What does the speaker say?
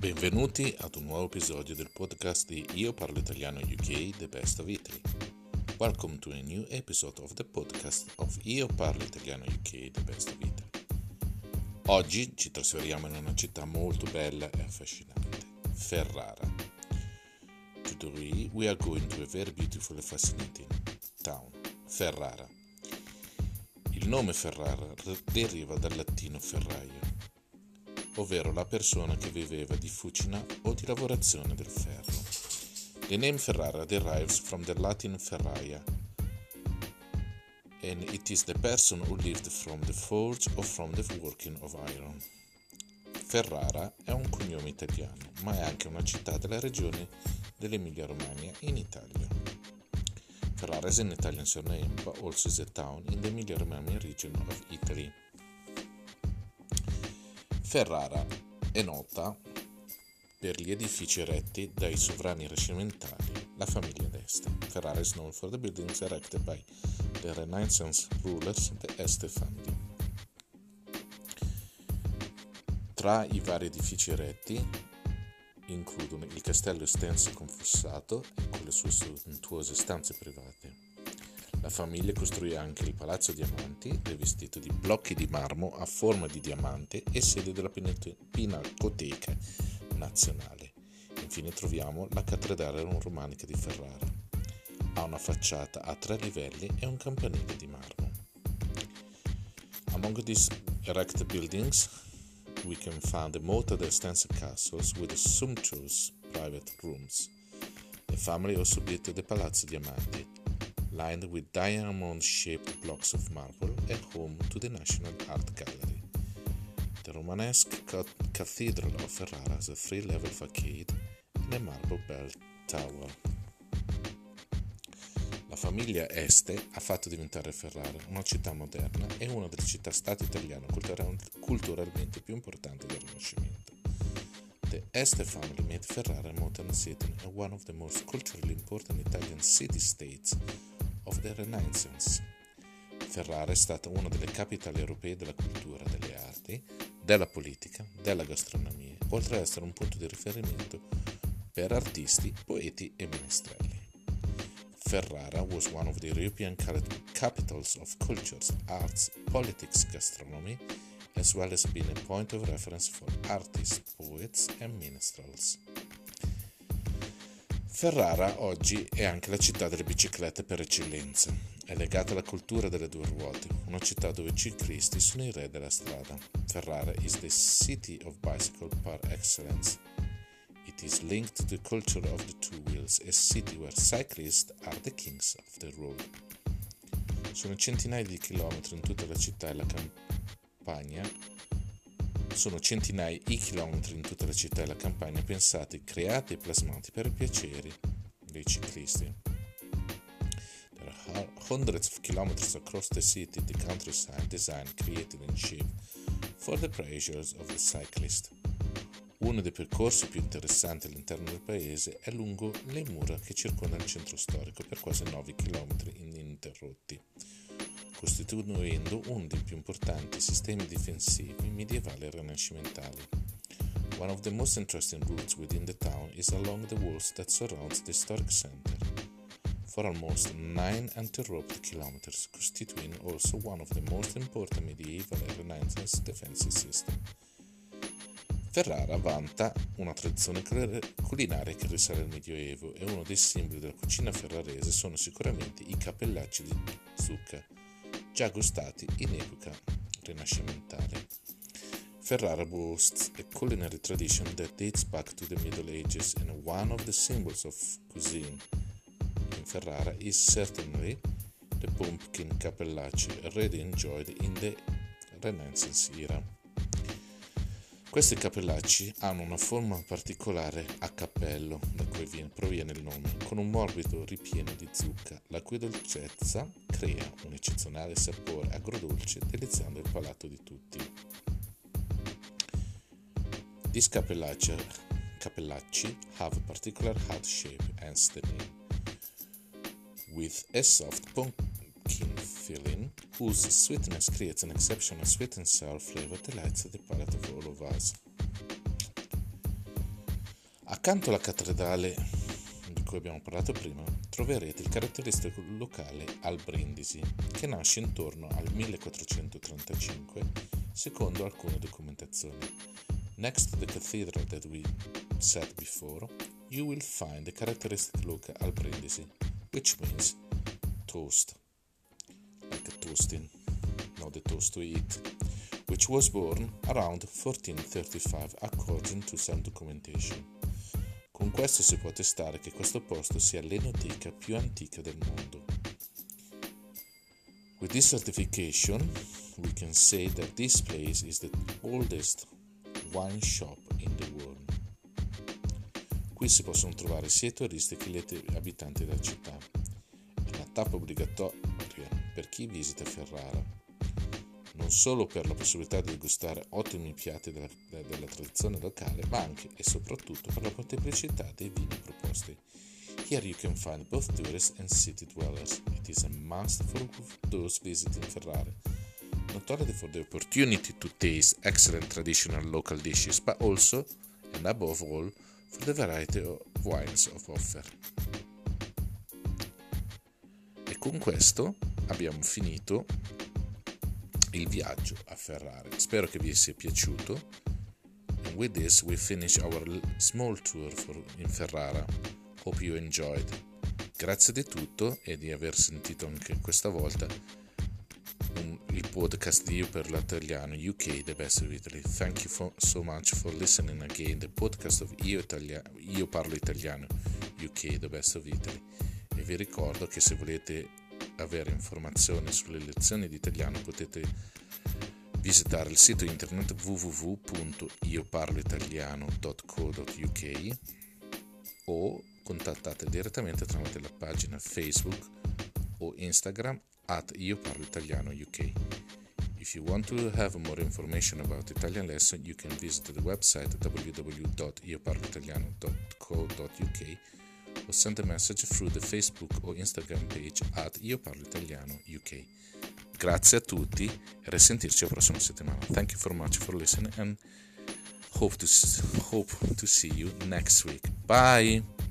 Benvenuti ad un nuovo episodio del podcast di Io Parlo Italiano UK, The Best of Italy. Welcome to a new episode of the podcast of Io Parlo Italiano UK, The Best of Italy. Oggi ci trasferiamo in una città molto bella e affascinante, Ferrara. Today we are going to a very beautiful and fascinating town, Ferrara. Il nome Ferrara deriva dal latino ferraio, ovvero la persona che viveva di fucina o di lavorazione del ferro. The name Ferrara derives from the Latin ferraia, and it is the person who lived from the forge or from the working of iron. Ferrara è un cognome italiano, ma è anche una città della regione dell'Emilia-Romagna in Italia. Ferrara is an Italian surname, but also is a town in the Emilia-Romagna region of Italy. Ferrara è nota per gli edifici eretti dai sovrani rinascimentali, la famiglia d'Este. Ferrara is known for the buildings erected by the Renaissance rulers, the Este family. Tra i vari edifici eretti includono il castello estenso con fossato e con le sue sontuose stanze private. La famiglia costruì anche il Palazzo Diamanti, rivestito di blocchi di marmo a forma di diamante e sede della Pinacoteca Nazionale. Infine troviamo la Cattedrale Romanica di Ferrara. Ha una facciata a 3 livelli e un campanile di marmo. Among these erected buildings, we can find the moat of extensive castles with sumptuous private rooms. The family also built the Palazzo Diamanti, lined with diamond-shaped blocks of marble, and home to the National Art Gallery. The Romanesque Cathedral of Ferrara has a 3-level facade and a marble bell tower. La famiglia Este ha fatto diventare Ferrara una città moderna e una delle città-stato italiane culturalmente più importanti del Rinascimento. The Este family made Ferrara a modern city and one of the most culturally important Italian city-states of the Renaissance. Ferrara è stata una delle capitali europee della cultura, delle arti, della politica, della gastronomia, oltre ad essere un punto di riferimento per artisti, poeti e menestrelli. Ferrara was one of the European capitals of cultures, arts, politics, gastronomy, as well as being a point of reference for artists, poets and minstrels. Ferrara oggi è anche la città delle biciclette per eccellenza. È legata alla cultura delle 2 ruote, una città dove i ciclisti sono i re della strada. Ferrara is the city of bicycle par excellence. It is linked to the culture of the 2 wheels, a city where cyclists are the kings of the road. Sono centinaia di chilometri in tutta la città e la campagna. Sono centinaia i chilometri in tutta la città e la campagna pensati, creati e plasmati per i piaceri dei ciclisti. There are hundreds of kilometers across the city, the countryside designed, created and shaped for the pleasures of the cyclist. Uno dei percorsi più interessanti all'interno del paese è lungo le mura che circondano il centro storico per quasi 9 km ininterrotti, costituendo uno dei più importanti sistemi difensivi medievali e rinascimentali. One of the most interesting routes within the town is along the walls that surrounds the historic center, for almost 9 uninterrupted kilometers, constituting also one of the most important medieval and Renaissance defensive systems. Ferrara vanta una tradizione culinaria che risale al Medioevo e uno dei simboli della cucina ferrarese sono sicuramente i cappellacci di zucca, già gustati in epoca rinascimentale. Ferrara boasts a culinary tradition that dates back to the Middle Ages, and one of the symbols of cuisine in Ferrara is certainly the pumpkin cappellacci, already enjoyed in the Renaissance era. Questi cappellacci hanno una forma particolare a cappello, da cui proviene il nome, con un morbido ripieno di zucca, la cui dolcezza crea un eccezionale sapore agrodolce, deliziando il palato di tutti. These cappellacci have a particular heart shape, hence the name, with a soft pumpkin filling whose sweetness creates an exceptional sweet and sour flavor that delights the palate of all of us. Accanto alla cattedrale di cui abbiamo parlato prima, troverete il caratteristico locale al Brindisi, che nasce intorno al 1435, secondo alcune documentazioni. Next to the cathedral that we said before, you will find the characteristic look al Brindisi, which means toast, like a toasting, not the toast to eat, which was born around 1435 according to some documentation. Con questo si può attestare che questo posto sia l'enoteca più antica del mondo. With this certification, we can say that this place is the oldest wine shop in the world. Qui si possono trovare sia i turisti che gli abitanti della città. È una tappa obbligatoria per chi visita Ferrara, non solo per la possibilità di degustare ottimi piatti della tradizione locale, ma anche e soprattutto per la molteplicità dei vini proposti. Here you can find both tourists and city dwellers. It is a must for those visiting Ferrara, not only for the opportunity to taste excellent traditional local dishes, but also, and above all, for the variety of wines of offer. E con questo abbiamo finito il viaggio a Ferrara. Spero che vi sia piaciuto. And with this we finish our small tour in Ferrara. Hope you enjoyed. Grazie di tutto e di aver sentito anche questa volta il podcast di Io Parlo Italiano UK, The Best of Italy. Thank you so much for listening again, the podcast of Io Parlo Italiano UK, The Best of Italy. E vi ricordo che se volete avere informazioni sulle lezioni di italiano potete visitare il sito internet www.ioparloitaliano.co.uk o contattate direttamente tramite la pagina Facebook o Instagram @ioparloitaliano.uk. If you want to have more information about Italian lesson, you can visit the website www.ioparloitaliano.co.uk or send a message through the Facebook or Instagram page @ioparloitaliano.uk. Grazie a tutti e risentirci la prossima settimana. Thank you very much for listening and hope to see you next week. Bye!